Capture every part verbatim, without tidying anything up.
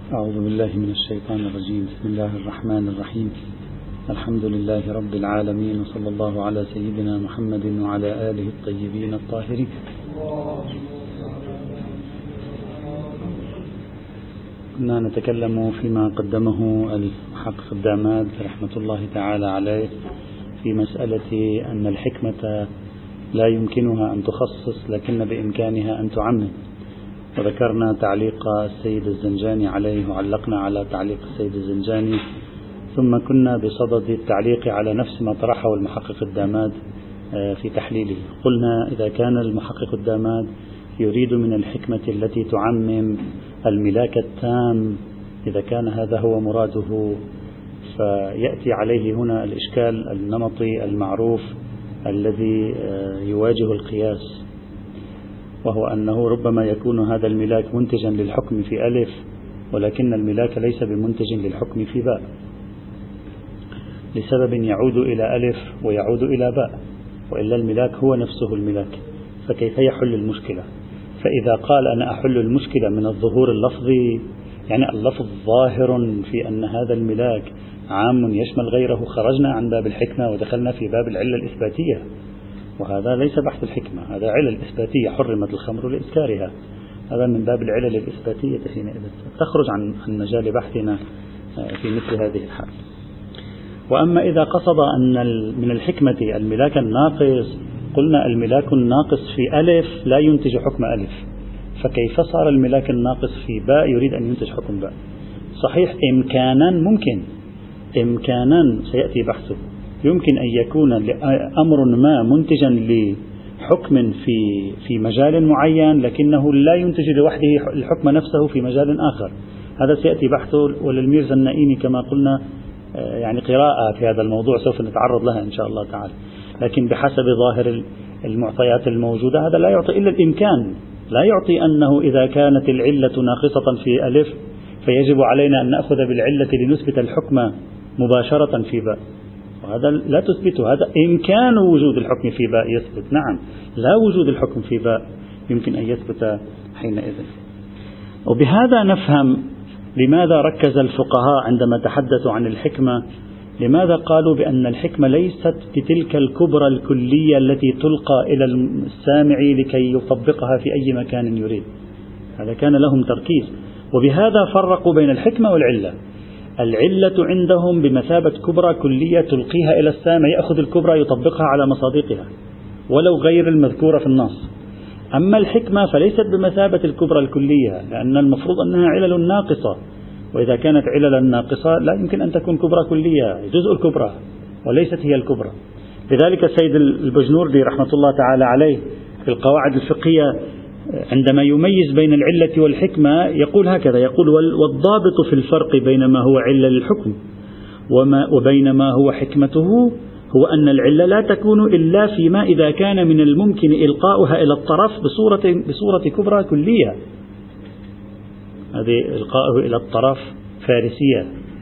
أعوذ بالله من الشيطان الرجيم. بسم الله الرحمن الرحيم. الحمد لله رب العالمين، وصلى الله على سيدنا محمد وعلى آله الطيبين الطاهرين. كنا نتكلم فيما قدمه المحقق الداماد رحمة الله تعالى عليه في مسألة أن الحكمة لا يمكنها أن تخصص، لكن بإمكانها أن تعمم، وذكرنا تعليق السيد الزنجاني عليه، وعلقنا على تعليق السيد الزنجاني، ثم كنا بصدد التعليق على نفس ما طرحه المحقق الداماد في تحليله. قلنا إذا كان المحقق الداماد يريد من الحكمة التي تعمم الملاك التام، إذا كان هذا هو مراده، فيأتي عليه هنا الإشكال النمطي المعروف الذي يواجه القياس، وهو أنه ربما يكون هذا الملاك منتجا للحكم في ألف، ولكن الملاك ليس بمنتج للحكم في باء، لسبب يعود إلى ألف ويعود إلى باء، وإلا الملاك هو نفسه الملاك، فكيف يحل المشكلة؟ فإذا قال أنا أحل المشكلة من الظهور اللفظي، يعني اللفظ ظاهر في أن هذا الملاك عام يشمل غيره، خرجنا عن باب الحكمة ودخلنا في باب العلة الإثباتية، وهذا ليس بحث الحكمة، هذا علل إثباتية. حرمت الخمر لإسكارها، هذا من باب العلل الإثباتية، حينئذ تخرج عن عن مجال بحثنا في مثل هذه الحال. وأما إذا قصد أن من الحكمة الملاك الناقص، قلنا الملاك الناقص في ألف لا ينتج حكم ألف، فكيف صار الملاك الناقص في باء يريد أن ينتج حكم باء؟ صحيح إمكانا ممكن، إمكانا سيأتي بحثه، يمكن أن يكون أمر ما منتجا لحكم في في مجال معين، لكنه لا ينتج لوحده الحكم نفسه في مجال آخر، هذا سيأتي بحثه. وللميرزا النائيني كما قلنا يعني قراءة في هذا الموضوع سوف نتعرض لها إن شاء الله تعالى، لكن بحسب ظاهر المعطيات الموجودة هذا لا يعطي إلا الإمكان، لا يعطي أنه إذا كانت العلة ناقصة في ألف فيجب علينا أن نأخذ بالعلة لنثبت الحكم مباشرة في باء، وهذا لا تثبته. هذا إمكان وجود الحكم في باء يثبت، نعم، لا وجود الحكم في باء يمكن أن يثبت حينئذ. وبهذا نفهم لماذا ركز الفقهاء عندما تحدثوا عن الحكمة، لماذا قالوا بأن الحكمة ليست بتلك الكبرى الكلية التي تلقى إلى السامع لكي يطبقها في أي مكان يريد. هذا كان لهم تركيز، وبهذا فرقوا بين الحكمة والعلة. العلة عندهم بمثابة كبرى كلية تلقيها إلى السامع، يأخذ الكبرى يطبقها على مصادقها ولو غير المذكورة في النص. أما الحكمة فليست بمثابة الكبرى الكلية، لأن المفروض أنها علل ناقصة، وإذا كانت عللا ناقصة لا يمكن أن تكون كبرى كلية، جزء الكبرى وليست هي الكبرى. لذلك السيد البجنوردي رحمة الله تعالى عليه في القواعد الفقهية عندما يميز بين العلة والحكمة يقول هكذا، يقول والضابط في الفرق بين ما هو علة للحكم وما وبين ما هو حكمته هو أن العلة لا تكون إلا فيما إذا كان من الممكن إلقاؤها إلى الطرف بصورة, بصورة كبرى كلية. هذه إلقاؤه إلى الطرف فارسية،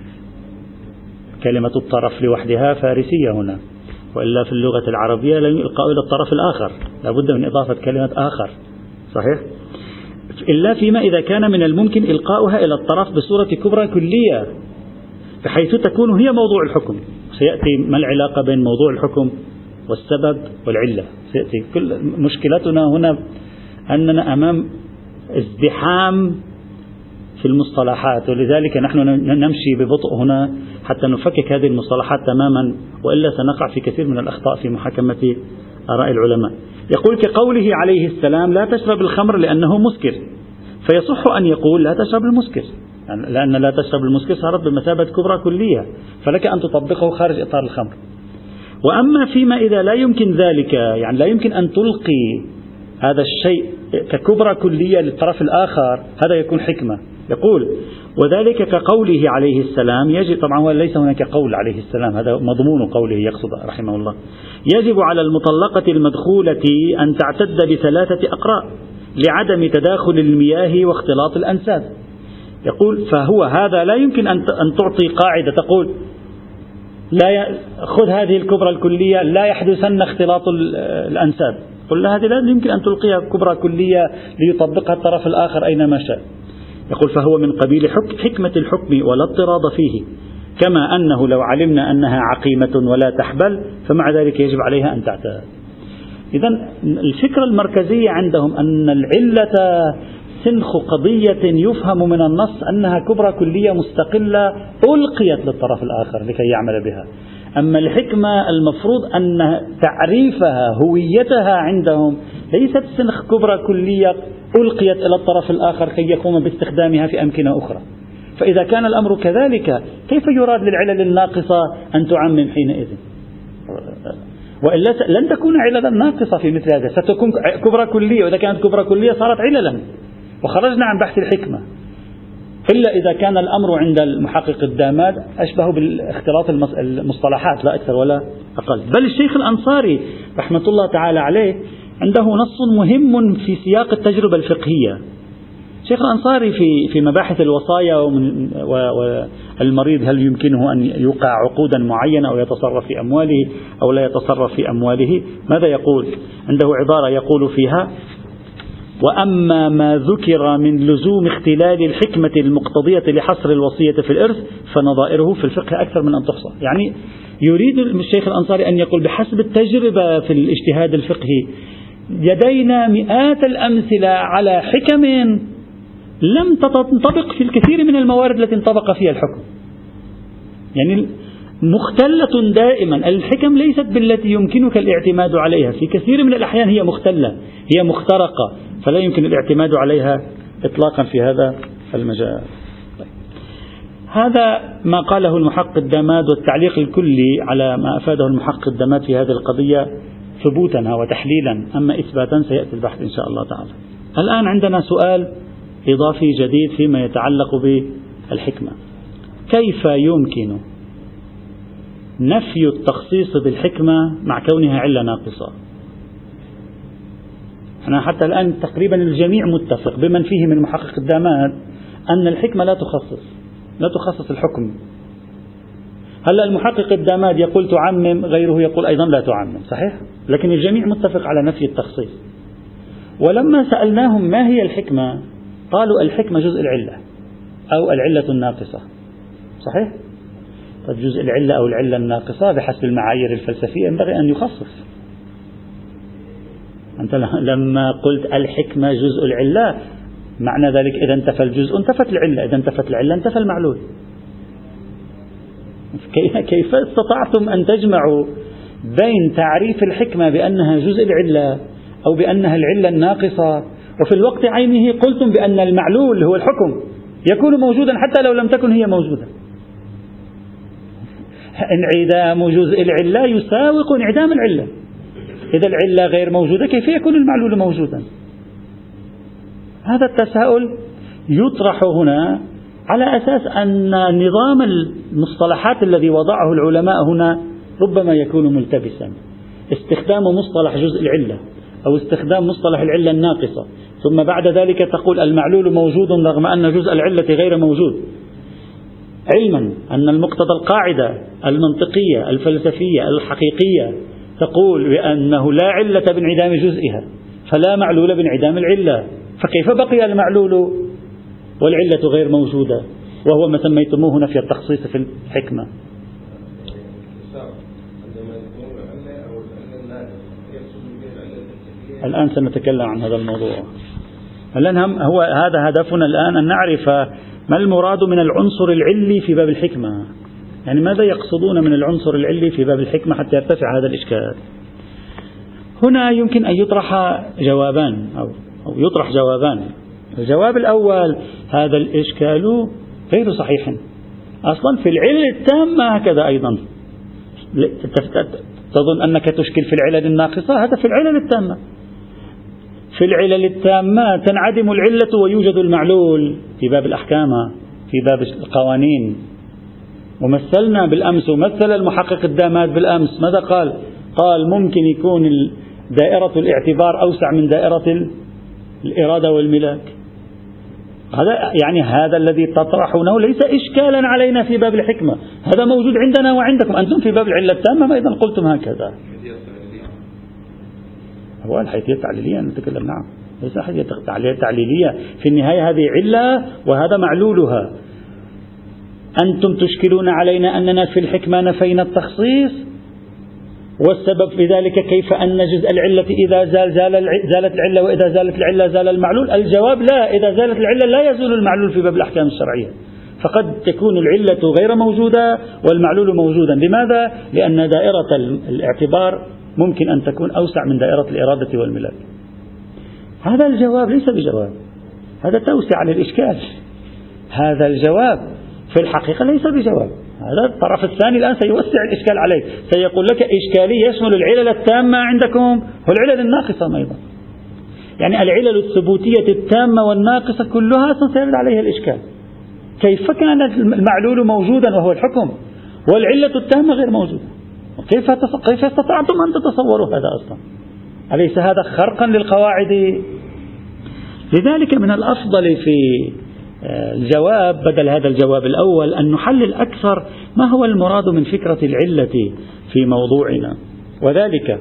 كلمة الطرف لوحدها فارسية هنا، وإلا في اللغة العربية لا يلقاء إلى الطرف الآخر، لابد من إضافة كلمة آخر، صحيح؟ إلا فيما إذا كان من الممكن إلقاؤها إلى الطرف بصورة كبرى كلية، بحيث تكون هي موضوع الحكم. سيأتي ما العلاقة بين موضوع الحكم والسبب والعلة، سيأتي. كل مشكلتنا هنا أننا أمام ازدحام في المصطلحات، ولذلك نحن نمشي ببطء هنا حتى نفكك هذه المصطلحات تماما، وإلا سنقع في كثير من الأخطاء في محاكمة آراء العلماء. يقول كقوله عليه السلام لا تشرب الخمر لأنه مسكر، فيصح أن يقول لا تشرب المسكر، يعني لأن لا تشرب المسكر صارت بمثابة كبرى كلية، فلك أن تطبقه خارج إطار الخمر. وأما فيما إذا لا يمكن ذلك، يعني لا يمكن أن تلقي هذا الشيء ككبرى كلية للطرف الآخر، هذا يكون حكمة. يقول وذلك كقوله عليه السلام يجب، طبعا هو ليس هناك قول عليه السلام، هذا مضمون قوله يقصد رحمه الله، يجب على المطلقة المدخولة أن تعتد بثلاثة أقراء لعدم تداخل المياه واختلاط الأنساب. يقول فهو هذا لا يمكن أن تعطي قاعدة تقول لا خذ هذه الكبرى الكلية لا يحدثن اختلاط الأنساب، قل هذه لا يمكن أن تلقيها كبرى كلية ليطبقها الطرف الآخر أينما شاء. يقول فهو من قبيل حكمة الحكم ولا اضطراد فيه، كما أنه لو علمنا أنها عقيمة ولا تحبل فمع ذلك يجب عليها أن تعتاد. إذن الفكرة المركزية عندهم أن العلة سنخ قضية يفهم من النص أنها كبرى كلية مستقلة ألقيت للطرف الآخر لكي يعمل بها. أما الحكمة المفروض أن تعريفها هويتها عندهم ليست سنخ كبرى كلية ألقيت إلى الطرف الآخر كي يقوم باستخدامها في أمكنة أخرى. فإذا كان الأمر كذلك كيف يراد للعلل الناقصة أن تعمم حينئذ؟ وإلا لن تكون عللا ناقصة في مثل هذا، ستكون كبرى كلية، وإذا كانت كبرى كلية صارت عللا وخرجنا عن بحث الحكمة. إلا إذا كان الأمر عند المحقق الداماد أشبه بالاختلاط المصطلحات لا أكثر ولا أقل. بل الشيخ الأنصاري رحمة الله تعالى عليه عنده نص مهم في سياق التجربة الفقهية. الشيخ الأنصاري في في مباحث الوصايا والمريض هل يمكنه أن يوقع عقودا معينة أو يتصرف في أمواله أو لا يتصرف في أمواله، ماذا يقول؟ عنده عبارة يقول فيها: وأما ما ذكر من لزوم اختلال الحكمة المقتضية لحصر الوصية في الإرث فنظائره في الفقه أكثر من أن تحصى. يعني يريد الشيخ الأنصاري أن يقول بحسب التجربة في الاجتهاد الفقهي لدينا مئات الأمثلة على حكم لم تنطبق في الكثير من الموارد التي انطبق فيها الحكم. يعني مختلة دائما، الحكم ليست بالتي يمكنك الاعتماد عليها، في كثير من الأحيان هي مختلة، هي مخترقة، فلا يمكن الاعتماد عليها إطلاقا في هذا المجال. طيب. هذا ما قاله المحقق الداماد، والتعليق الكلي على ما أفاده المحقق الداماد في هذه القضية ثبوتا وتحليلا، أما إثباتا سيأتي البحث إن شاء الله تعالى. الآن عندنا سؤال إضافي جديد فيما يتعلق بالحكمة: كيف يمكن نفي التخصيص بالحكمة مع كونها علة ناقصة؟ أنا حتى الآن تقريبا الجميع متفق بمن فيه من محقق الداماد أن الحكمة لا تخصص لا تخصص الحكم. هلا المحقق الداماد يقول تعمم، غيره يقول أيضا لا تعمم، صحيح؟ لكن الجميع متفق على نفي التخصيص. ولما سألناهم ما هي الحكمة قالوا الحكمة جزء العلة أو العلة الناقصة، صحيح؟ طيب جزء العلة أو العلة الناقصة بحسب المعايير الفلسفية ينبغي أن يخصص. أنت لما قلت الحكمة جزء العلة معنى ذلك إذا انتفى الجزء انتفت العلة، إذا انتفت العلة انتفى المعلول. كيف استطعتم أن تجمعوا بين تعريف الحكمة بأنها جزء العلة أو بأنها العلة الناقصة، وفي الوقت عينه قلتم بأن المعلول هو الحكم يكون موجودا حتى لو لم تكن هي موجودة؟ انعدام جزء العلة يساوق انعدام العلة. إذا العلة غير موجودة كيف يكون المعلول موجودا؟ هذا التساؤل يطرح هنا على أساس أن نظام المصطلحات الذي وضعه العلماء هنا ربما يكون ملتبسا. استخدام مصطلح جزء العلة أو استخدام مصطلح العلة الناقصة، ثم بعد ذلك تقول المعلول موجود رغم أن جزء العلة غير موجود، علما أن المقتضى القاعدة المنطقية الفلسفية الحقيقية تقول بأنه لا علة بانعدام جزئها فلا معلول بانعدام العلة، فكيف بقي المعلول والعلة غير موجودة؟ وهو ما سميتموه نفي التخصيص في الحكمة. الآن سنتكلم عن هذا الموضوع. الآن هو هذا هدفنا الآن، أن نعرف ما المراد من العنصر العلي في باب الحكمة، يعني ماذا يقصدون من العنصر العلي في باب الحكمة حتى يرتفع هذا الإشكال. هنا يمكن أن يطرح جوابان أو, أو يطرح جوابان. الجواب الأول: هذا الإشكال غير صحيح أصلا، في العلة التامة هكذا أيضا. تظن أنك تشكل في العلل الناقصة، هذا في العلل التامة. في العلل التامة تنعدم العلة ويوجد المعلول في باب الأحكام، في باب القوانين. ومثلنا بالأمس، ومثل المحقق الداماد بالأمس، ماذا قال؟ قال ممكن يكون دائرة الاعتبار أوسع من دائرة الإرادة والملاك. هذا يعني هذا الذي تطرحونه ليس إشكالا علينا في باب الحكمة، هذا موجود عندنا وعندكم. أنتم في باب العلة التامة أيضا قلتم هكذا. هو الحيثية التعليلية نتكلم، نعم، ليس حيثية تعليلية. في النهاية هذه علة وهذا معلولها. أنتم تشكلون علينا أننا في الحكمة نفينا التخصيص، والسبب في ذلك كيف أن جزء العلة إذا زال زال زالت العلة، وإذا زالت العلة زال المعلول. الجواب لا، إذا زالت العلة لا يزول المعلول في باب الأحكام الشرعية، فقد تكون العلة غير موجودة والمعلول موجودا. لماذا؟ لأن دائرة الاعتبار ممكن أن تكون أوسع من دائرة الإرادة والملاك. هذا الجواب ليس بجواب، هذا توسع للإشكال. هذا الجواب في الحقيقة ليس بجواب. هذا الطرف الثاني الآن سيوسع الإشكال عليك، سيقول لك إشكالي يشمل العلل التامة عندكم والعلل الناقصة أيضا. يعني العلل الثبوتية التامة والناقصة كلها سيرد عليها الإشكال. كيف كان المعلول موجودا وهو الحكم والعلة التامة غير موجودة؟ كيف كيف استطعتم أن تتصوروا هذا أصلا؟ أليس هذا خرقا للقواعد؟ لذلك من الأفضل في الجواب بدل هذا الجواب الأول أن نحلل أكثر ما هو المراد من فكرة العلة في موضوعنا، وذلك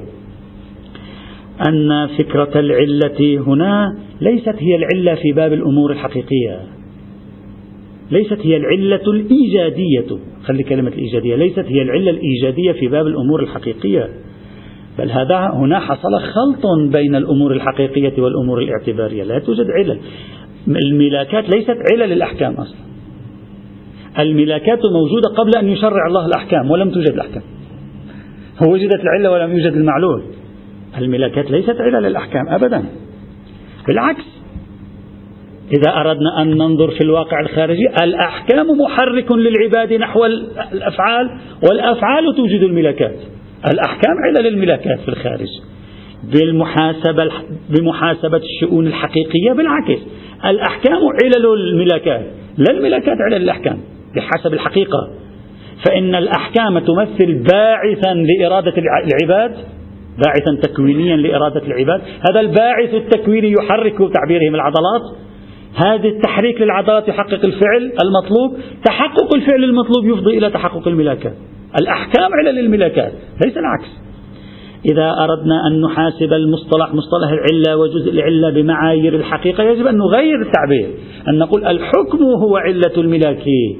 أن فكرة العلة هنا ليست هي العلة في باب الأمور الحقيقية، ليست هي العلة الإيجادية، خلي كلمة الإيجادية، ليست هي العلة الإيجادية في باب الأمور الحقيقية، بل هذا هنا حصل خلط بين الأمور الحقيقية والأمور الاعتبارية. لا توجد علل. الملاكات ليست علل الأحكام أصلا. الملاكات موجودة قبل أن يشرع الله الأحكام ولم توجد الأحكام. وجدت العلة ولم يوجد المعلول. الملاكات ليست علل الأحكام أبدا، بالعكس. إذا أردنا أن ننظر في الواقع الخارجي، الأحكام محرك للعباد نحو الأفعال، والأفعال توجد الملاكات. الأحكام علل الملاكات في الخارج. بالمحاسبة بمحاسبة الشؤون الحقيقية بالعكس، الأحكام علل الملاكات، لا الملاكات علل الأحكام بحسب الحقيقة. فإن الأحكام تمثل باعثا لإرادة العباد، باعثا تكوينيا لإرادة العباد. هذا الباعث التكويني يحرك تعبيرهم العضلات، هذا التحريك للعضلات يحقق الفعل المطلوب، تحقق الفعل المطلوب يفضي إلى تحقق الملاكات. الأحكام علل الملاكات ليس العكس. إذا أردنا أن نحاسب المصطلح مصطلح العلة وجزء العلة بمعايير الحقيقة، يجب أن نغير التعبير، أن نقول الحكم هو علة الملاك.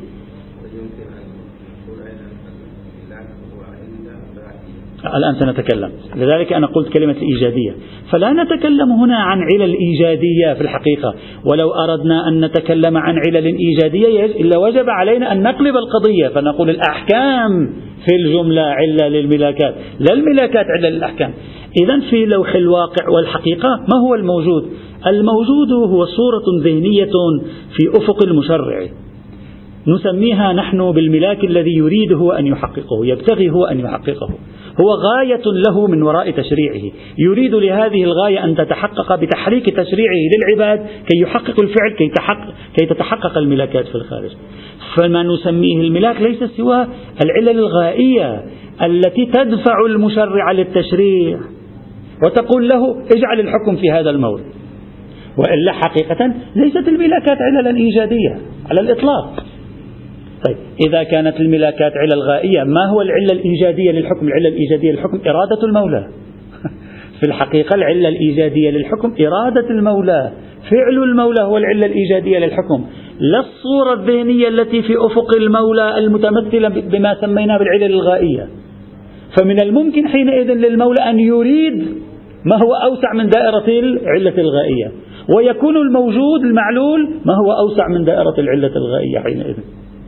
الآن سنتكلم، لذلك أنا قلت كلمة الإيجادية، فلا نتكلم هنا عن علل إيجادية في الحقيقة. ولو أردنا أن نتكلم عن علل إيجادية إلا وجب علينا أن نقلب القضية، فنقول الأحكام في الجملة علة للملاكات، لا الملاكات علة للأحكام. إذن في لوح الواقع والحقيقة ما هو الموجود؟ الموجود هو صورة ذهنية في أفق المشرع، نسميها نحن بالملاك الذي يريد هو أن يحققه، يبتغي هو أن يحققه، هو غاية له من وراء تشريعه، يريد لهذه الغاية أن تتحقق بتحريك تشريعه للعباد كي يحقق الفعل، كي, تحقق كي تتحقق الملاكات في الخارج. فما نسميه الملاك ليس سوى العلل الغائية التي تدفع المشرع للتشريع وتقول له اجعل الحكم في هذا المورد. وإلا حقيقة ليست الملاكات عللا إيجادية على الإطلاق. طيب إذا كانت الملاكات علل غائية، ما هو العلة الإيجادية للحكم؟ العلة الإيجادية للحكم إرادة المولى. في الحقيقة العلة الإيجادية للحكم إرادة المولى، فعل المولى هو العلة الإيجادية للحكم، لا الصورة الذهنية التي في أفق المولى المتمثلة بما سمينا بالعلل الغائية. فمن الممكن حينئذ للمولى أن يريد ما هو أوسع من دائرة العلة الغائية، ويكون الموجود المعلول ما هو أوسع من دائرة العلة الغائية حينئذ.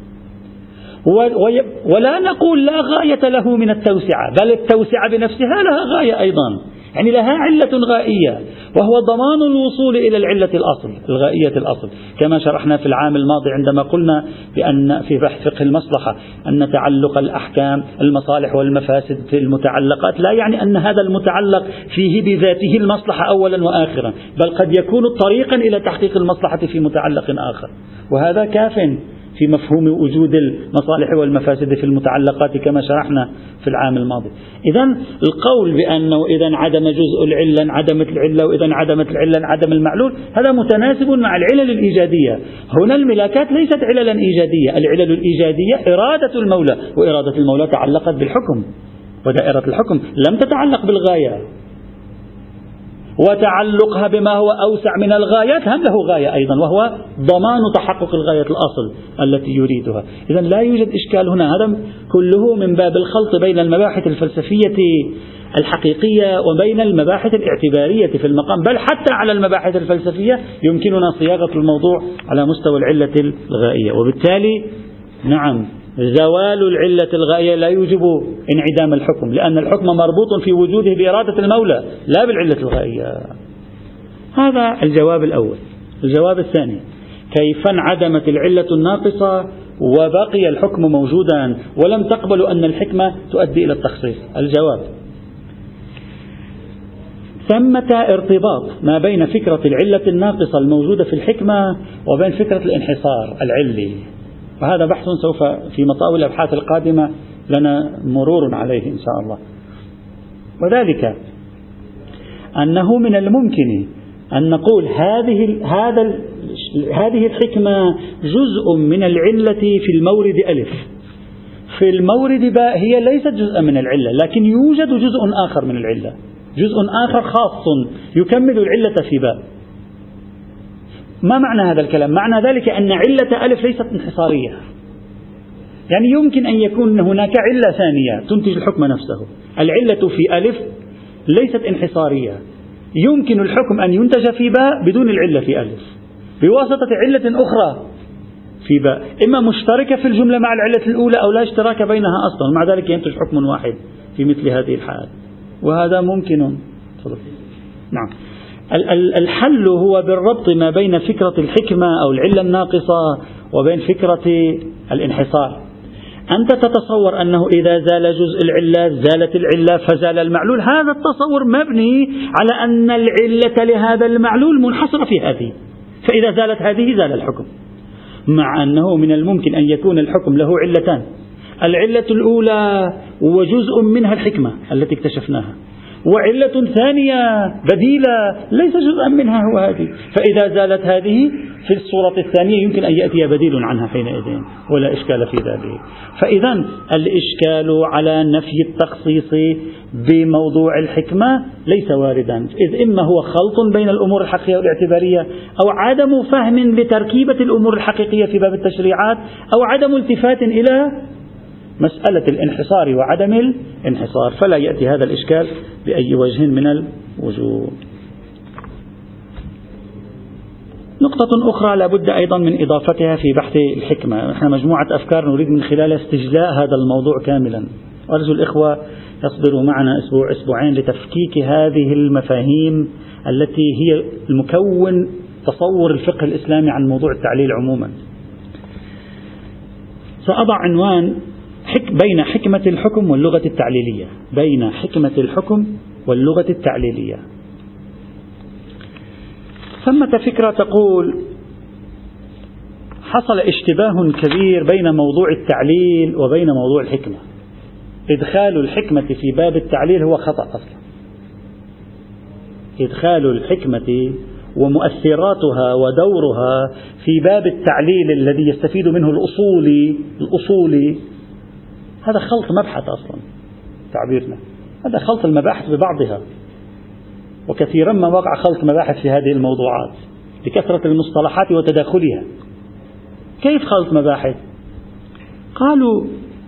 ولا نقول لا غاية له من التوسعة، بل التوسعة بنفسها لها غاية أيضا، يعني لها علة غائية، وهو ضمان الوصول إلى العلة الأصل الغائية الأصل، كما شرحنا في العام الماضي عندما قلنا بأن في بحث فقه المصلحة أن تعلق الأحكام المصالح والمفاسد في المتعلقات لا يعني أن هذا المتعلق فيه بذاته المصلحة أولا وآخرا، بل قد يكون طريقا إلى تحقيق المصلحة في متعلق آخر، وهذا كاف في مفهوم وجود المصالح والمفاسد في المتعلقات كما شرحنا في العام الماضي. إذن القول بأنه إذا عدم جزء العلة انعدمت العلة، وإذا انعدمت العلة انعدم المعلول، هذا متناسب مع العلل الإيجادية. هنا الملاكات ليست عللا إيجادية، العلل الإيجادية إرادة المولى، وإرادة المولى تعلقت بالحكم، ودائرة الحكم لم تتعلق بالغاية. وتعلقها بما هو أوسع من الغايات هم له غاية أيضا، وهو ضمان تحقق الغاية الأصل التي يريدها. إذن لا يوجد إشكال هنا، هذا كله من باب الخلط بين المباحث الفلسفية الحقيقية وبين المباحث الاعتبارية في المقام، بل حتى على المباحث الفلسفية يمكننا صياغة الموضوع على مستوى العلة الغائية. وبالتالي نعم، زوال العلة الغائية لا يوجب انعدام الحكم، لأن الحكم مربوط في وجوده بإرادة المولى لا بالعلة الغائية. هذا الجواب الأول. الجواب الثاني: كيف انعدمت العلة الناقصة وبقي الحكم موجودا ولم تقبلوا أن الحكمة تؤدي إلى التخصيص؟ الجواب: ثمة ارتباط ما بين فكرة العلة الناقصة الموجودة في الحكمة وبين فكرة الانحصار العلي، وهذا بحث سوف في مطاوي الأبحاث القادمة لنا مرور عليه إن شاء الله. وذلك أنه من الممكن أن نقول هذه هذا هذه الحكمة جزء من العلة في المورد ألف، في المورد باء هي ليست جزءا من العلة، لكن يوجد جزء آخر من العلة، جزء آخر خاص يكمل العلة في باء. ما معنى هذا الكلام؟ معنى ذلك أن علة ألف ليست انحصارية، يعني يمكن أن يكون هناك علة ثانية تنتج الحكم نفسه. العلة في ألف ليست انحصارية، يمكن الحكم أن ينتج في باء بدون العلة في ألف بواسطة علة أخرى في باء، إما مشتركة في الجملة مع العلة الأولى أو لا اشتراك بينها أصلا، ومع ذلك ينتج حكم واحد في مثل هذه الحال، وهذا ممكن. نعم، الحل هو بالربط ما بين فكرة الحكمة أو العلة الناقصة وبين فكرة الانحصار. أنت تتصور أنه إذا زال جزء العلة زالت العلة فزال المعلول، هذا التصور مبني على أن العلة لهذا المعلول منحصرة في هذه، فإذا زالت هذه زال الحكم، مع أنه من الممكن أن يكون الحكم له علتان، العلة الأولى وجزء منها الحكمة التي اكتشفناها، وعلة ثانية بديلة ليس جزءا منها هو هذه، فإذا زالت هذه في الصورة الثانية يمكن أن يأتي بديل عنها حينئذ ولا إشكال في ذلك. فإذا الإشكال على نفي التخصيص بموضوع الحكمة ليس واردا، إذ إما هو خلط بين الأمور الحقيقية والاعتبارية، أو عدم فهم لتركيبة الأمور الحقيقية في باب التشريعات، أو عدم التفات إلى مسألة الانحصار وعدم الانحصار، فلا يأتي هذا الإشكال بأي وجه من الوجوه. نقطة أخرى لابد أيضا من إضافتها في بحث الحكمة، نحن مجموعة أفكار نريد من خلالها استجلاء هذا الموضوع كاملا، وأرجو الإخوة يصبروا معنا أسبوع أسبوعين لتفكيك هذه المفاهيم التي هي المكون تصور الفقه الإسلامي عن موضوع التعليل عموما. سأضع عنوان حك بين حكمة الحكم واللغة التعليلية، بين حكمة الحكم واللغة التعليلية. ثمة فكرة تقول حصل اشتباه كبير بين موضوع التعليل وبين موضوع الحكمة، إدخال الحكمة في باب التعليل هو خطأ أصلا، إدخال الحكمة ومؤثراتها ودورها في باب التعليل الذي يستفيد منه الأصولي الأصولي هذا خلط مبحث أصلا تعبيرنا، هذا خلط المباحث ببعضها، وكثيرا ما وقع خلط مباحث في هذه الموضوعات لكثرة المصطلحات وتداخلها. كيف خلط مباحث؟ قالوا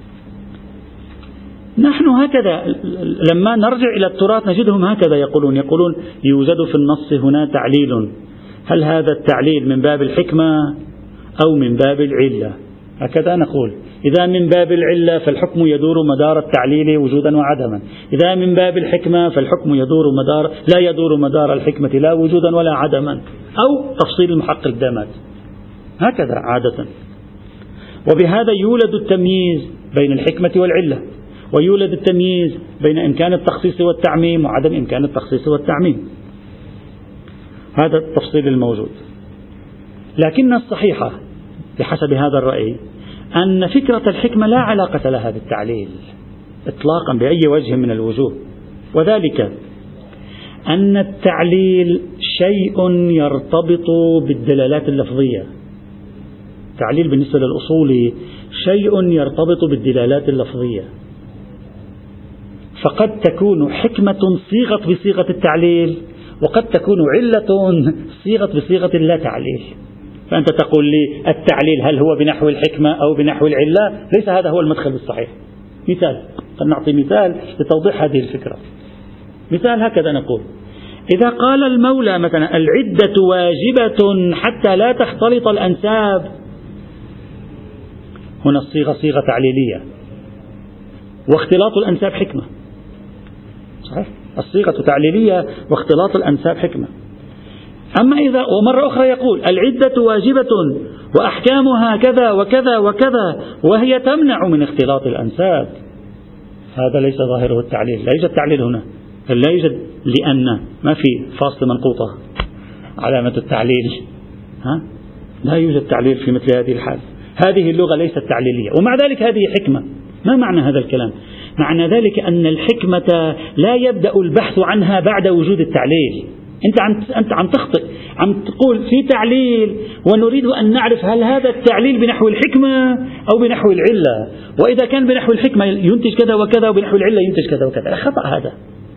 نحن هكذا لما نرجع إلى التراث نجدهم هكذا يقولون يقولون يوجد في النص هنا تعليل، هل هذا التعليل من باب الحكمة أو من باب العلة؟ هكذا نقول، إذا من باب العلة فالحكم يدور مدار التعليل وجودا وعدما، إذا من باب الحكمة فالحكم يدور مدار لا يدور مدار الحكمة لا وجودا ولا عدما، أو تفصيل المحقق دامات، هكذا عادة. وبهذا يولد التمييز بين الحكمة والعلة، ويولد التمييز بين إمكان التخصيص والتعميم وعدم إمكان التخصيص والتعميم، هذا التفصيل الموجود. لكن الصحيحة بحسب هذا الرأي أن فكرة الحكمة لا علاقة لها بالتعليل إطلاقا بأي وجه من الوجوه، وذلك أن التعليل شيء يرتبط بالدلالات اللفظية. التعليل بالنسبة للأصول شيء يرتبط بالدلالات اللفظية، فقد تكون حكمة صيغت بصيغة التعليل، وقد تكون علة صيغة بصيغة لا تعليل. فأنت تقول لي التعليل هل هو بنحو الحكمة أو بنحو العلة؟ ليس هذا هو المدخل الصحيح. مثال، فلنعطي مثال لتوضيح هذه الفكرة. مثال هكذا نقول: إذا قال المولى مثلا العدة واجبة حتى لا تختلط الأنساب، هنا الصيغة صيغة تعليلية، واختلاط الأنساب حكمة. صحيح؟ الصيغة تعليلية واختلاط الأنساب حكمة. أما إذا ومرة أخرى يقول العدة واجبة وأحكامها كذا وكذا وكذا وهي تمنع من اختلاط الأنساب، هذا ليس ظاهره التعليل، لا يوجد تعليل هنا، لا يوجد لأن، ما في فاصل منقوطة علامة التعليل، ها؟ لا يوجد تعليل في مثل هذه الحال. هذه اللغة ليست تعليلية، ومع ذلك هذه حكمة. ما معنى هذا الكلام؟ معنى ذلك أن الحكمة لا يبدأ البحث عنها بعد وجود التعليل. أنت عم أنت عم تخطئ، عم تقول في تعليل ونريد أن نعرف هل هذا التعليل بنحو الحكمة أو بنحو العلة، وإذا كان بنحو الحكمة ينتج كذا وكذا وبنحو العلة ينتج كذا وكذا. خطأ هذا.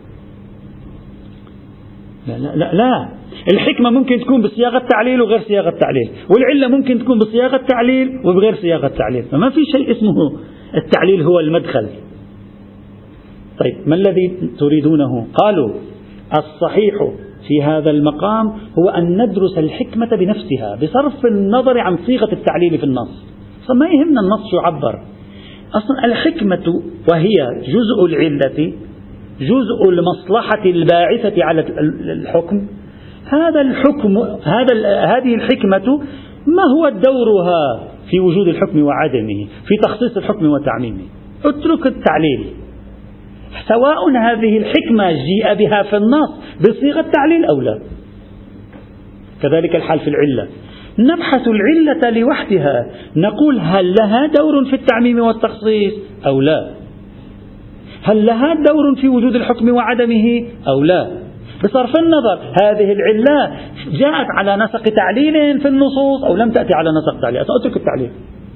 لا لا لا, لا. الحكمة ممكن تكون بصياغة تعليل وغير صياغة تعليل، والعلة ممكن تكون بصياغة تعليل وبغير صياغة تعليل، فما في شيء اسمه التعليل هو المدخل. طيب ما الذي تريدونه؟ قالوا الصحيح في هذا المقام هو أن ندرس الحكمة بنفسها بصرف النظر عن صيغة التعليل في النص. فما يهمنا النص شو عبر، أصلا الحكمة وهي جزء العلة، جزء المصلحة الباعثة على الحكم. هذا الحكم هذا هذه الحكمة ما هو دورها في وجود الحكم وعدمه، في تخصيص الحكم وتعميمه. اترك التعليل، سواء هذه الحكمة جيء بها في النص بصيغة تعليل أو لا. كذلك الحال في العلة، نبحث العلة لوحدها، نقول هل لها دور في التعميم والتخصيص أو لا، هل لها دور في وجود الحكم وعدمه أو لا، بصرف النظر هذه العلة جاءت على نسق تعليل في النصوص أو لم تأتي على نسق تعليل. أترك التعليل.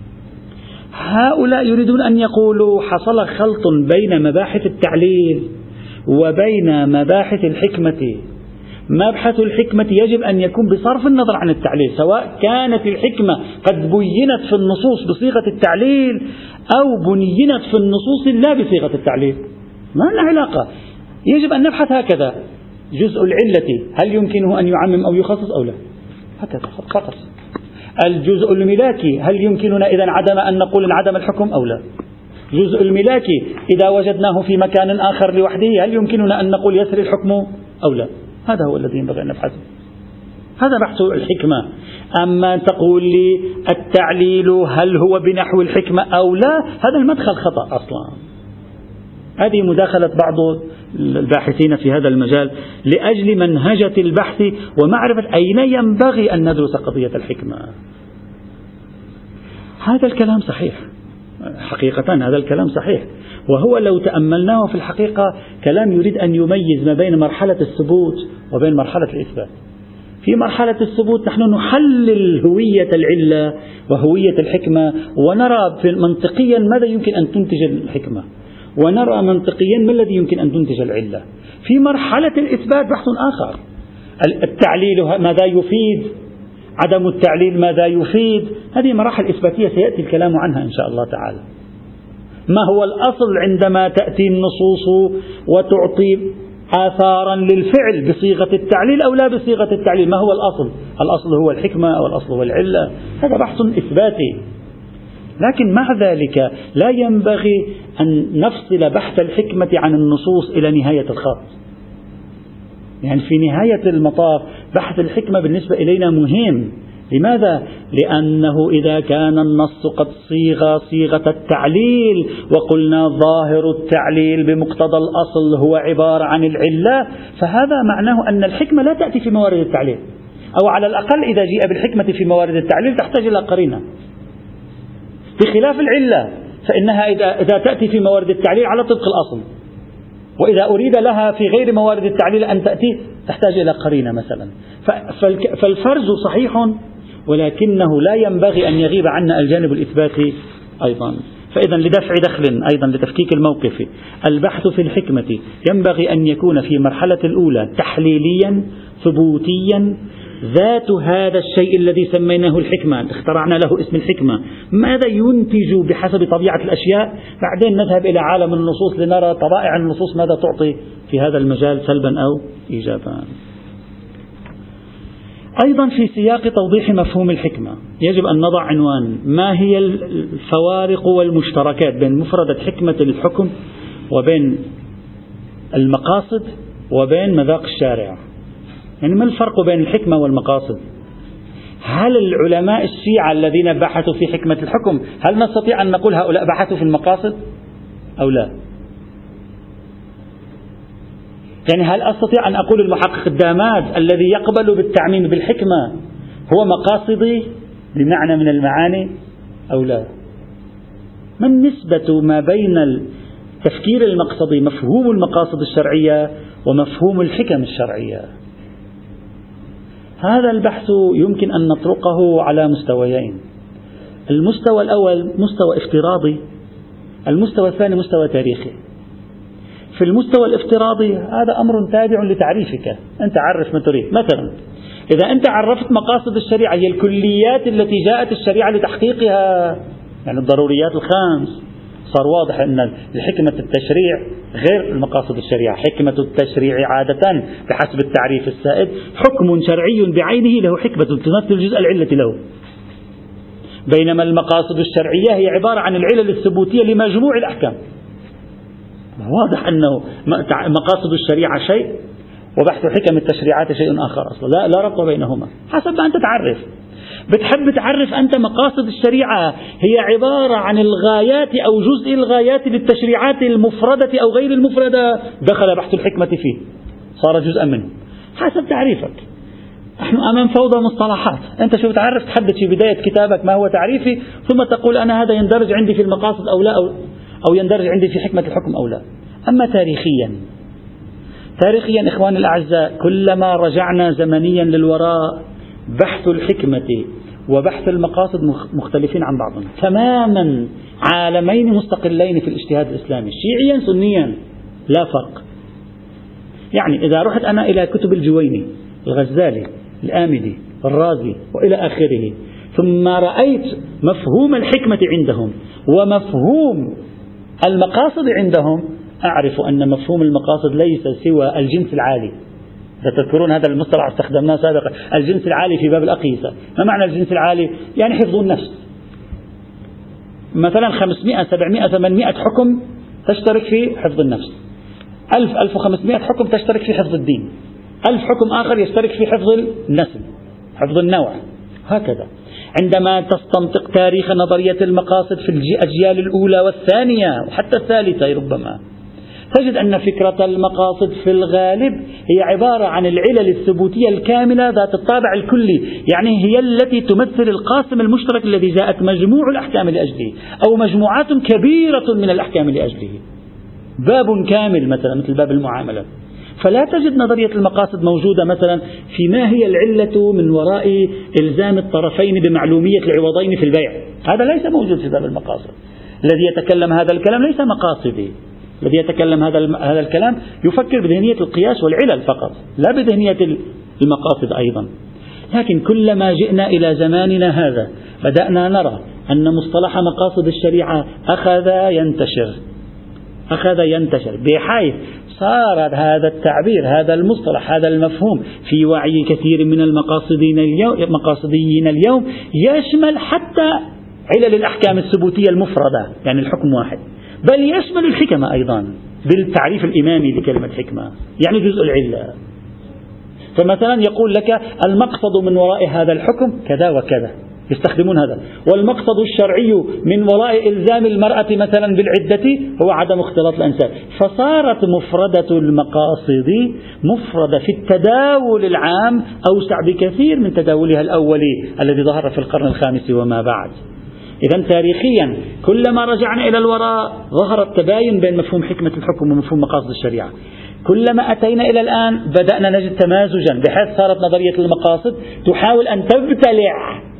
هؤلاء يريدون أن يقولوا حصل خلط بين مباحث التعليل وبين مباحث الحكمة. مبحث الحكمة يجب أن يكون بصرف النظر عن التعليل، سواء كانت الحكمة قد بينت في النصوص بصيغة التعليل أو بينت في النصوص لا بصيغة التعليل، ما لها علاقة. يجب أن نبحث هكذا: جزء العلة هل يمكنه أن يعمم أو يخصص أو لا، هكذا فقط. الجزء الملاكي هل يمكننا إذا انعدم أن نقول انعدم الحكم أو لا. جزء الملاكي إذا وجدناه في مكان آخر لوحده هل يمكننا أن نقول يسري الحكم أو لا. هذا هو الذي ينبغي أن نبحثه، هذا بحث الحكمة. أما تقول لي التعليل هل هو بنحو الحكمة أو لا، هذا المدخل خطأ أصلا. هذه مداخلة بعض الباحثين في هذا المجال لأجل منهجة البحث ومعرفة أين ينبغي أن ندرس قضية الحكمة. هذا الكلام صحيح حقيقة، هذا الكلام صحيح، وهو لو تأملناه في الحقيقة كلام يريد أن يميز ما بين مرحلة الثبوت وبين مرحلة الإثبات. في مرحلة الثبوت نحن نحلل هوية العلة وهوية الحكمة ونرى منطقيا ماذا يمكن أن تنتج الحكمة، ونرى منطقيا ما الذي يمكن أن تنتج العلة. في مرحلة الإثبات بحث آخر، التعليل ماذا يفيد، عدم التعليل ماذا يفيد. هذه مراحل إثباتية سيأتي الكلام عنها إن شاء الله تعالى. ما هو الأصل عندما تأتي النصوص وتعطي آثارا للفعل بصيغة التعليل أو لا بصيغة التعليل، ما هو الأصل؟ الأصل هو الحكمة أو الأصل هو العلة؟ هذا بحث إثباتي. لكن مع ذلك لا ينبغي أن نفصل بحث الحكمة عن النصوص إلى نهاية الخط. يعني في نهاية المطاف بحث الحكمة بالنسبة إلينا مهم. لماذا؟ لأنه إذا كان النص قد صيغ صيغة التعليل وقلنا ظاهر التعليل بمقتضى الأصل هو عبارة عن العلة، فهذا معناه أن الحكمة لا تأتي في موارد التعليل، أو على الأقل إذا جاء بالحكمة في موارد التعليل تحتاج إلى قرينة، بخلاف العلة فإنها إذا, إذا تأتي في موارد التعليل على طبق الأصل، وإذا أريد لها في غير موارد التعليل أن تأتي تحتاج إلى قرينة مثلا. فالفرز صحيح، ولكنه لا ينبغي أن يغيب عنا الجانب الإثباتي أيضا. فإذا لدفع دخل أيضا لتفكيك الموقف، البحث في الحكمة ينبغي أن يكون في المرحلة الأولى تحليليا ثبوتيا، ذات هذا الشيء الذي سميناه الحكمة، اخترعنا له اسم الحكمة، ماذا ينتج بحسب طبيعة الأشياء، بعدين نذهب إلى عالم النصوص لنرى طبائع النصوص ماذا تعطي في هذا المجال سلبا أو إيجابا. أيضا في سياق توضيح مفهوم الحكمة يجب أن نضع عنوان: ما هي الفوارق والمشتركات بين مفردة حكمة الحكم وبين المقاصد وبين مذاق الشارع؟ يعني ما الفرق بين الحكمة والمقاصد؟ هل العلماء الشيعة الذين بحثوا في حكمة الحكم هل نستطيع أن نقول هؤلاء بحثوا في المقاصد أو لا؟ يعني هل أستطيع أن أقول المحقق الداماد الذي يقبل بالتعميم بالحكمة هو مقاصدي بمعنى من المعاني أو لا؟ ما النسبة ما بين التفكير المقصدي مفهوم المقاصد الشرعية ومفهوم الحكم الشرعية؟ هذا البحث يمكن أن نطرقه على مستويين: المستوى الأول مستوى افتراضي، المستوى الثاني مستوى تاريخي. في المستوى الافتراضي هذا أمر تابع لتعريفك، أنت عرف ما تريد. مثلا إذا أنت عرفت مقاصد الشريعة هي الكليات التي جاءت الشريعة لتحقيقها، يعني الضروريات الخمس، صار واضح أن الحكمة التشريع غير المقاصد الشريعة. حكمة التشريع عادة بحسب التعريف السائد حكم شرعي بعينه له حكمة تمثل جزء العلة له، بينما المقاصد الشرعية هي عبارة عن العلل الثبوتية لمجموع الأحكام. واضح أنه مقاصد الشريعة شيء وبحث حكم التشريعات شيء آخر أصلا، لا, لا ربط بينهما حسب ما أنت تعرف. بتحب تعرف أنت مقاصد الشريعة هي عبارة عن الغايات أو جزء الغايات للتشريعات المفردة أو غير المفردة، دخل بحث الحكمة فيه، صار جزءا منه حسب تعريفك. نحن أمام فوضى مصطلحات، أنت شو بتعرف تحدد في بداية كتابك ما هو تعريفي، ثم تقول أنا هذا يندرج عندي في المقاصد أو لا، أو, أو يندرج عندي في حكمة الحكم أو لا. أما تاريخيا تاريخيا إخواني الأعزاء، كلما رجعنا زمنيا للوراء بحث الحكمة وبحث المقاصد مختلفين عن بعضهم تماما، عالمين مستقلين في الاجتهاد الإسلامي، شيعيا سنيا لا فرق. يعني إذا رحت أنا إلى كتب الجويني، الغزالي، الآمدي، الرازي وإلى آخره، ثم رأيت مفهوم الحكمة عندهم ومفهوم المقاصد عندهم، أعرف أن مفهوم المقاصد ليس سوى الجنس العالي. تذكرون هذا المصطلح استخدمناه سابقا، الجنس العالي في باب الأقيسة. ما معنى الجنس العالي؟ يعني حفظ النفس. مثلا خمسمائة سبعمائة ثمانمائة حكم تشترك في حفظ النفس، ألف ألف وخمسمائة حكم تشترك في حفظ الدين، ألف حكم آخر يشترك في حفظ النسل، حفظ النوع، هكذا. عندما تستنطق تاريخ نظرية المقاصد في الأجيال الأولى والثانية وحتى الثالثة ربما، تجد أن فكرة المقاصد في الغالب هي عبارة عن العلل الثبوتية الكاملة ذات الطابع الكلي، يعني هي التي تمثل القاسم المشترك الذي جاءت مجموع الأحكام لأجله أو مجموعات كبيرة من الأحكام لأجله، باب كامل مثلا مثل باب المعاملة. فلا تجد نظرية المقاصد موجودة مثلا في ما هي العلة من وراء إلزام الطرفين بمعلومية العوضين في البيع، هذا ليس موجود في باب المقاصد. الذي يتكلم هذا الكلام ليس مقاصدي، الذي يتكلم هذا هذا الكلام يفكر بذهنية القياس والعلل فقط، لا بذهنية المقاصد أيضا. لكن كلما جئنا إلى زماننا هذا بدأنا نرى أن مصطلح مقاصد الشريعة أخذ ينتشر أخذ ينتشر بحيث صار هذا التعبير، هذا المصطلح، هذا المفهوم في وعي كثير من المقاصدين اليوم مقاصديين اليوم يشمل حتى علل الأحكام الثبوتية المفردة، يعني الحكم واحد، بل يشمل الحكمة أيضا بالتعريف الإمامي لكلمة حكمة، يعني جزء العلة. فمثلا يقول لك المقصد من وراء هذا الحكم كذا وكذا، يستخدمون هذا، والمقصد الشرعي من وراء إلزام المرأة مثلا بالعدة هو عدم اختلاط الأنساب. فصارت مفردة المقاصد مفردة في التداول العام أوسع بكثير من تداولها الأولي الذي ظهر في القرن الخامس وما بعد. إذن تاريخيا كلما رجعنا إلى الوراء ظهر التباين بين مفهوم حكمة الحكم ومفهوم مقاصد الشريعة. كلما أتينا إلى الآن بدأنا نجد تمازجا، بحيث صارت نظرية المقاصد تحاول أن تبتلع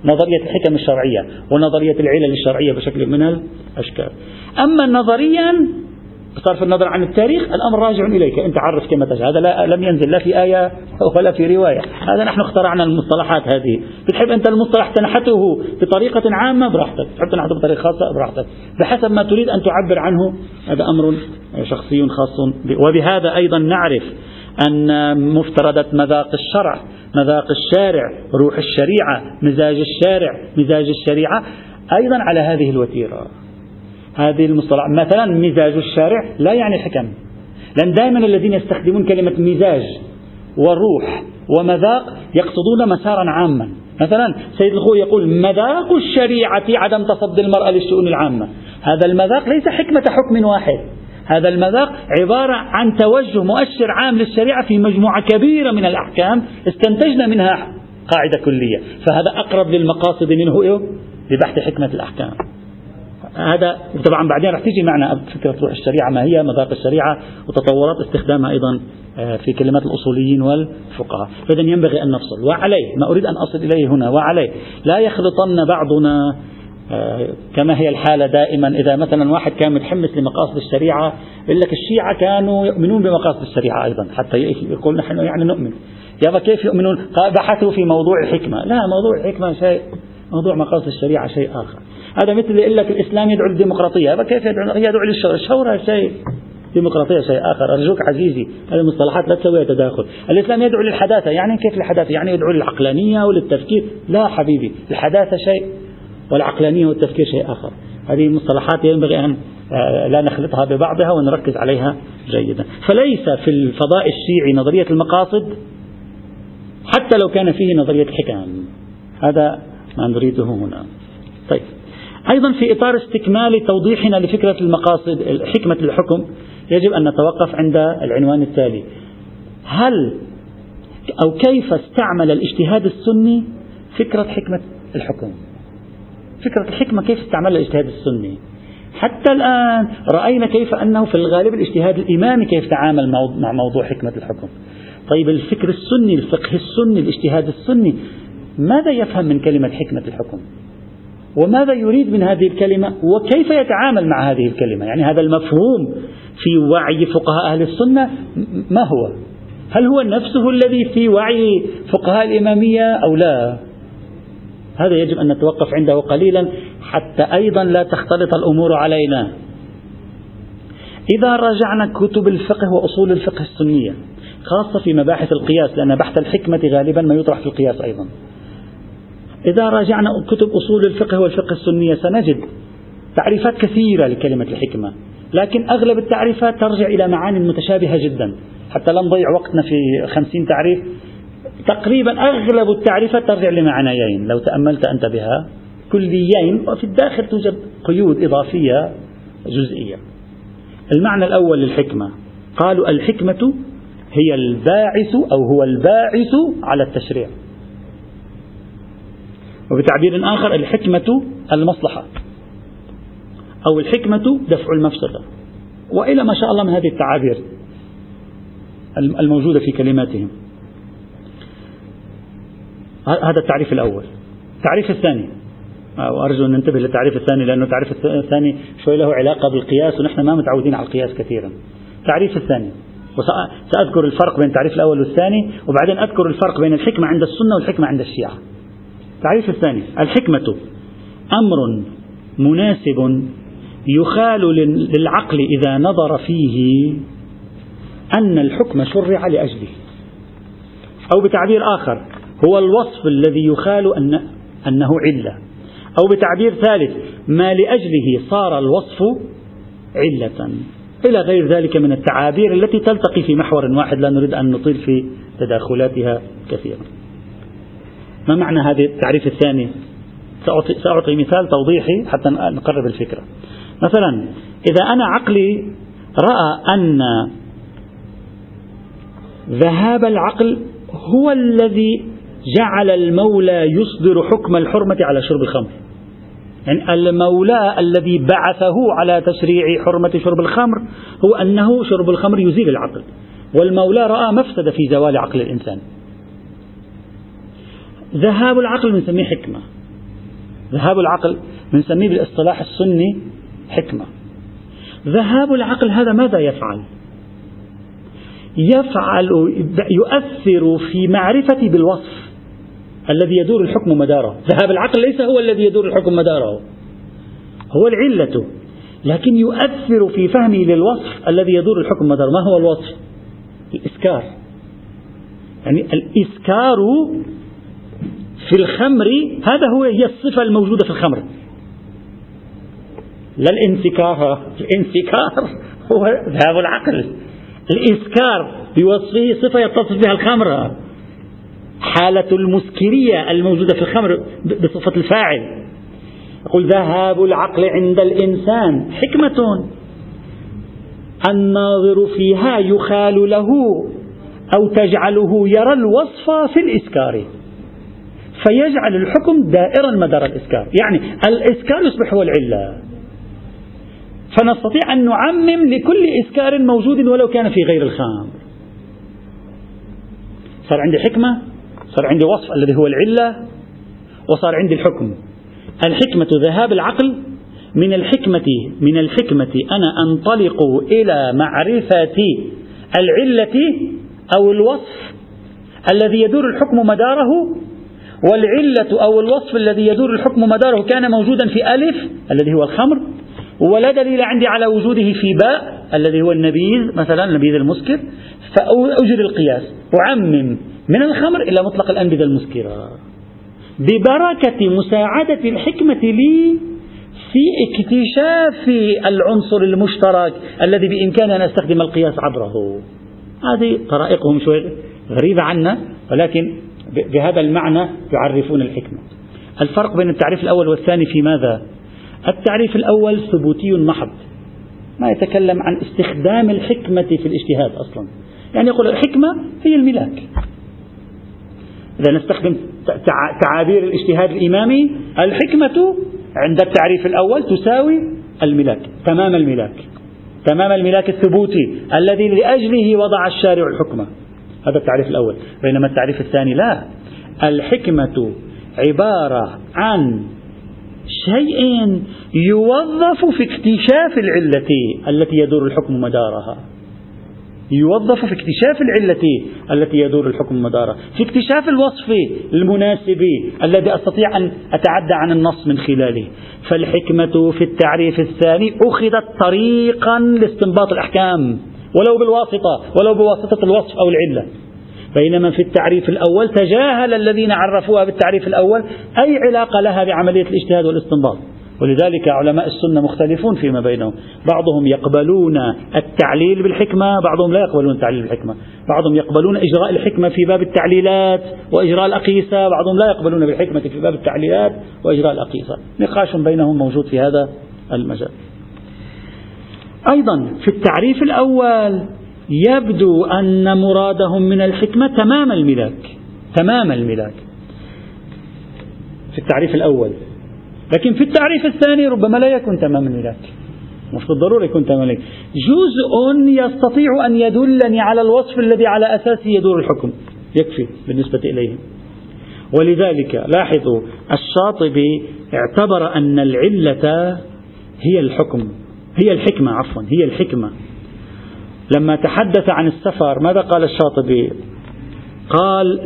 نظرية الحكم الشرعية ونظرية العلل الشرعية بشكل من الأشكال. أما نظريا بصرف النظر عن التاريخ الأمر راجع إليك، أنت عرف كما تشاء، هذا لا لم ينزل لا في آية ولا في رواية، هذا نحن اخترعنا المصطلحات هذه. بتحب أنت المصطلح تنحته بطريقة عامة براحتك، تحب تنحته بطريقة خاصة براحتك، بحسب ما تريد أن تعبر عنه، هذا أمر شخصي خاص. وبهذا أيضا نعرف أن مفترضة مذاق الشرع، مذاق الشارع، روح الشريعة، مزاج الشارع، مزاج الشريعة أيضا على هذه الوتيرة. هذه المصطلح مثلا مزاج الشارع لا يعني الحكم، لأن دائما الذين يستخدمون كلمة مزاج وروح ومذاق يقصدون مسارا عاما. مثلا سيد الخوي يقول مذاق الشريعة عدم تصدي المرأة للشؤون العامة، هذا المذاق ليس حكمة حكم واحد، هذا المذاق عبارة عن توجه مؤشر عام للشريعة في مجموعة كبيرة من الأحكام استنتجنا منها قاعدة كلية، فهذا أقرب للمقاصد منه ببحث حكمة الأحكام. هذا طبعا بعدين رح تيجي معنا فكرة روح الشريعة ما هي، مذاق الشريعة وتطورات استخدامها أيضا في كلمات الأصوليين والفقهاء. إذا ينبغي أن نفصل. وعليه ما أريد أن أصل إليه هنا، وعليه لا يخلطن بعضنا كما هي الحالة دائما. إذا مثلا واحد كان متحمس لمقاصد الشريعة يقول لك الشيعة كانوا يؤمنون بمقاصد الشريعة أيضا، حتى يقول نحن يعني نؤمن. يا كيف يؤمنون؟ بحثوا في موضوع الحكمة، لا موضوع الحكمة شيء، موضوع مقاصد الشريعة شيء آخر. هذا مثل اللي يقول لك الإسلام يدعو للديمقراطية، هذا كيف يدعو؟ يدعو للشورى، الشورى شيء، ديمقراطية شيء آخر. أرجوك عزيزي هذه المصطلحات لا تسويها تداخل. الإسلام يدعو للحداثة، يعني كيف الحداثة؟ يعني يدعو للعقلانية وللتفكير. لا حبيبي، الحداثة شيء والعقلانية والتفكير شيء آخر. هذه المصطلحات ينبغي أن لا نخلطها ببعضها ونركز عليها جيدا. فليس في الفضاء الشيعي نظرية المقاصد حتى لو كان فيه نظرية الحكم، هذا ما نريده هنا. طيب، أيضا في إطار استكمال توضيحنا لفكرة المقاصد حكمة الحكم يجب أن نتوقف عند العنوان التالي: هل أو كيف استعمل الاجتهاد السني فكرة حكمة الحكم؟ فكرة الحكمة كيف استعملها الاجتهاد السني؟ حتى الآن رأينا كيف أنه في الغالب الاجتهاد الإمامي كيف تعامل مع موضوع حكمة الحكم. طيب الفكر السني، الفقه السني، الاجتهاد السني ماذا يفهم من كلمة حكمة الحكم؟ وماذا يريد من هذه الكلمة؟ وكيف يتعامل مع هذه الكلمة؟ يعني هذا المفهوم في وعي فقهاء أهل السنة ما هو؟ هل هو نفسه الذي في وعي فقهاء الإمامية أو لا؟ هذا يجب أن نتوقف عنده قليلا حتى أيضا لا تختلط الأمور علينا. إذا راجعنا كتب الفقه وأصول الفقه السنية خاصة في مباحث القياس، لأن بحث الحكمة غالبا ما يطرح في القياس أيضا، إذا راجعنا كتب أصول الفقه والفقه السنية سنجد تعريفات كثيرة لكلمة الحكمة، لكن أغلب التعريفات ترجع إلى معاني متشابهة جدا. حتى لا نضيع وقتنا في خمسين تعريف، تقريبا أغلب التعريفات ترجع لمعنيين لو تأملت أنت بها، كليين، وفي الداخل توجد قيود إضافية جزئية. المعنى الأول للحكمة قالوا الحكمة هي الباعث أو هو الباعث على التشريع، وبتعبير آخر الحكمة المصلحة أو الحكمة دفع المفسدة، وإلى ما شاء الله من هذه التعابير الموجودة في كلماتهم. هذا التعريف الأول. التعريف الثاني، وأرجو أن ننتبه للتعريف الثاني لأنه التعريف الثاني شوي له علاقة بالقياس ونحن ما متعودين على القياس كثيرا. التعريف الثاني، وسأذكر الفرق بين التعريف الأول والثاني، وبعدين أذكر الفرق بين الحكمة عند السنة والحكمة عند الشيعة. التعريف الثاني: الحكمة أمر مناسب يخال للعقل إذا نظر فيه أن الحكم شرع لأجله، أو بتعبير آخر هو الوصف الذي يخال أن أنه علة، أو بتعبير ثالث ما لأجله صار الوصف علة، إلى غير ذلك من التعابير التي تلتقي في محور واحد لا نريد أن نطيل في تداخلاتها كثيرا. ما معنى هذا التعريف الثاني؟ سأعطي, سأعطي مثال توضيحي حتى نقرب الفكرة. مثلا إذا أنا عقلي رأى أن ذهاب العقل هو الذي جعل المولى يصدر حكم الحرمة على شرب الخمر، يعني المولى الذي بعثه على تشريع حرمة شرب الخمر هو أنه شرب الخمر يزيل العقل، والمولى رأى مفسدة في زوال عقل الإنسان. ذهاب العقل بنسميه حكمة، ذهاب العقل بنسميه بالاصطلاح السني حكمة. ذهاب العقل هذا ماذا يفعل؟ يفعل يؤثر في معرفتي بالوصف الذي يدور الحكم مداره. ذهاب العقل ليس هو الذي يدور الحكم مداره، هو العلة، لكن يؤثر في فهمي للوصف الذي يدور الحكم مداره. ما هو الوصف؟ الإسكار. يعني الإسكار في الخمر هذا هو هي الصفة الموجودة في الخمر، لا الانسكار. الانسكار هو ذهاب العقل، الإسكار بوصفه صفة يتصف بها الخمر، حالة المسكرية الموجودة في الخمر بصفة الفاعل. يقول ذهاب العقل عند الإنسان حكمة الناظر فيها يخال له أو تجعله يرى الوصف في الإسكار فيجعل الحكم دائرا مدار الإسكار. يعني الإسكار يصبح هو العلة، فنستطيع أن نعمم لكل إسكار موجود ولو كان في غير الخمر. صار عندي حكمة، صار عندي وصف الذي هو العلة، وصار عندي الحكم. الحكمة ذهاب العقل. من الحكمة من الحكمة أنا أنطلق إلى معرفة العلة أو الوصف الذي يدور الحكم مداره، والعلة أو الوصف الذي يدور الحكم مداره كان موجودا في ألف الذي هو الخمر، ولا دليل عندي على وجوده في باء الذي هو النبيذ، مثلا النبيذ المسكر، فأجري القياس أعمم من الخمر إلى مطلق الأنبذة المسكرة ببركة مساعدة الحكمة لي في اكتشاف العنصر المشترك الذي بإمكاني أن أستخدم القياس عبره. هذه طرائقهم شوي غريبة عنا، ولكن بهذا المعنى يعرفون الحكمة. الفرق بين التعريف الأول والثاني في ماذا؟ التعريف الأول ثبوتي محض، ما يتكلم عن استخدام الحكمة في الاجتهاد أصلا. يعني يقول الحكمة هي الملاك. إذا نستخدم تعابير الاجتهاد الإمامي، الحكمة عند التعريف الأول تساوي الملاك، تمام الملاك، تمام الملاك الثبوتي الذي لأجله وضع الشارع الحكمة. هذا التعريف الأول. بينما التعريف الثاني لا، الحكمة عبارة عن شيء يوظف في اكتشاف العلة التي يدور الحكم مدارها، يوظف في اكتشاف العلة التي يدور الحكم مدارها، في اكتشاف الوصف المناسب الذي أستطيع أن أتعدى عن النص من خلاله. فالحكمة في التعريف الثاني أخذت طريقا لاستنباط الأحكام ولو بالواسطة ولو بواسطة الوصف أو العلة. بينما في التعريف الأول تجاهل الذين عرفوها بالتعريف الأول أي علاقة لها بعملية الاجتهاد والاستنباط. ولذلك علماء السنة مختلفون فيما بينهم، بعضهم يقبلون التعليل بالحكمة، بعضهم لا يقبلون التعليل بالحكمة، بعضهم يقبلون إجراء الحكمة في باب التعليلات وإجراء الأقيسة، بعضهم لا يقبلون بالحكمة في باب التعليلات وإجراء الأقيسة. نقاش بينهم موجود في هذا المجال. أيضا في التعريف الأول يبدو أن مرادهم من الحكمة تمام الملاك، تمام الملاك في التعريف الأول، لكن في التعريف الثاني ربما لا يكون تمام الملاك، مش بالضرورة يكون تمام الملاك، جزء يستطيع أن يدلني على الوصف الذي على أساسه يدور الحكم، يكفي بالنسبة إليهم. ولذلك لاحظوا الشاطبي اعتبر أن العلة هي الحكم، هي الحكمة عفوا هي الحكمة. لما تحدث عن السفر ماذا قال الشاطبي؟ قال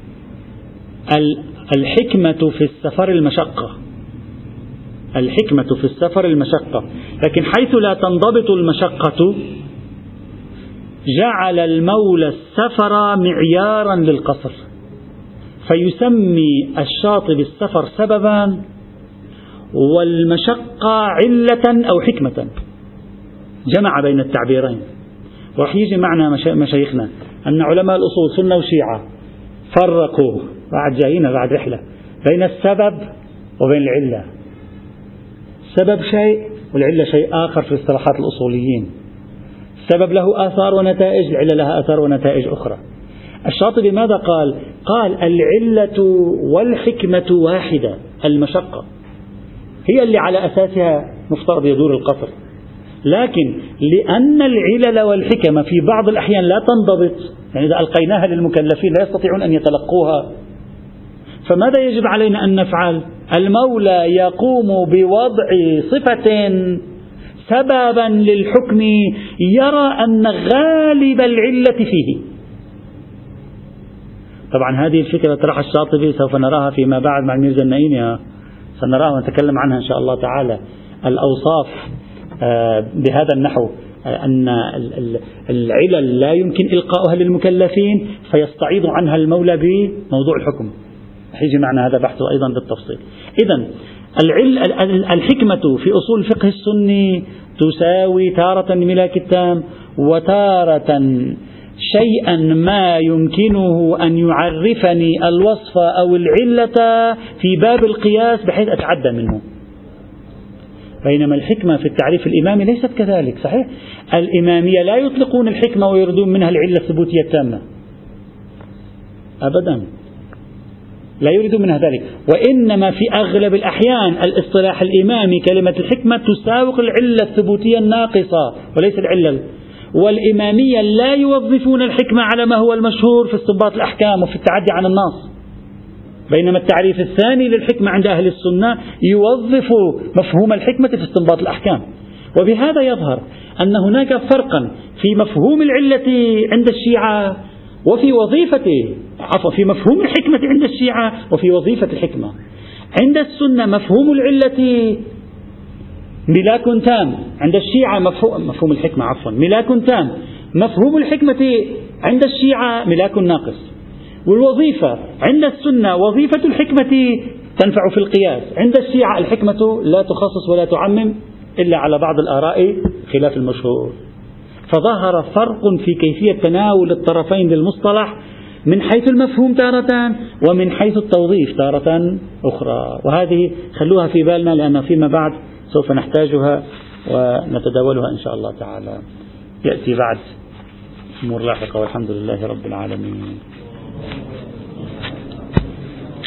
الحكمة في السفر المشقة، الحكمة في السفر المشقة، لكن حيث لا تنضبط المشقة جعل المولى السفر معيارا للقصر، فيسمي الشاطبي السفر سببا والمشقة علة أو حكمة، جمع بين التعبيرين. وراح يجي معنا مشايخنا أن علماء الأصول سنة وشيعة فرقوا بعد جايين بعد رحلة بين السبب وبين العلة. السبب شيء والعلة شيء آخر في اصطلاحات الأصوليين. السبب له آثار ونتائج، العلة لها آثار ونتائج أخرى. الشاطبي ماذا قال؟ قال العلة والحكمة واحدة، المشقة هي اللي على أساسها مفترض يدور القصر، لكن لأن العلل والحكم في بعض الأحيان لا تنضبط، يعني إذا ألقيناها للمكلفين لا يستطيعون أن يتلقوها، فماذا يجب علينا أن نفعل؟ المولى يقوم بوضع صفة سببا للحكم يرى أن غالب العلة فيه. طبعا هذه الفكرة طرح الشاطبي، سوف نراها فيما بعد مع الميرزا النعيمي، سنراها ونتكلم عنها إن شاء الله تعالى. الأوصاف بهذا النحو، أن العلل لا يمكن إلقاؤها للمكلفين فيستعيض عنها المولى بموضوع الحكم، يجي معنا هذا بحثه أيضا بالتفصيل. إذن الحكمة في أصول الفقه السني تساوي تارة الملاك التام وتارة شيئا ما يمكنه أن يعرفني الوصف أو العلة في باب القياس بحيث أتعدى منه. بينما الحكمة في التعريف الإمامي ليست كذلك. صحيح الإمامية لا يطلقون الحكمة ويردون منها العلة الثبوتية التامة أبدا، لا يريدون منها ذلك، وإنما في أغلب الأحيان الاصطلاح الإمامي كلمة الحكمة تساوق العلة الثبوتية الناقصة وليس العلة. والإمامية لا يوظفون الحكمة على ما هو المشهور في استنباط الأحكام وفي التعدي عن النص، بينما التعريف الثاني للحكمة عند أهل السنة يوظف مفهوم الحكمة في استنباط الأحكام. وبهذا يظهر أن هناك فرقا في مفهوم العلة عند الشيعة وفي وظيفة عفوا في مفهوم الحكمة عند الشيعة وفي وظيفة الحكمة. عند السنة مفهوم العلة ملاك تام، عند الشيعة مفهوم, مفهوم الحكمة عفوا ملاك تام، مفهوم الحكمة عند الشيعة ملاك ناقص. والوظيفة عند السنة وظيفة الحكمة تنفع في القياس، عند الشيعة الحكمة لا تخصص ولا تعمم إلا على بعض الآراء خلاف المشهور. فظهر فرق في كيفية تناول الطرفين للمصطلح من حيث المفهوم تارة ومن حيث التوظيف تارة أخرى، وهذه خلوها في بالنا لأن فيما بعد سوف نحتاجها ونتداولها إن شاء الله تعالى. يأتي بعد أمور لاحقة والحمد لله رب العالمين.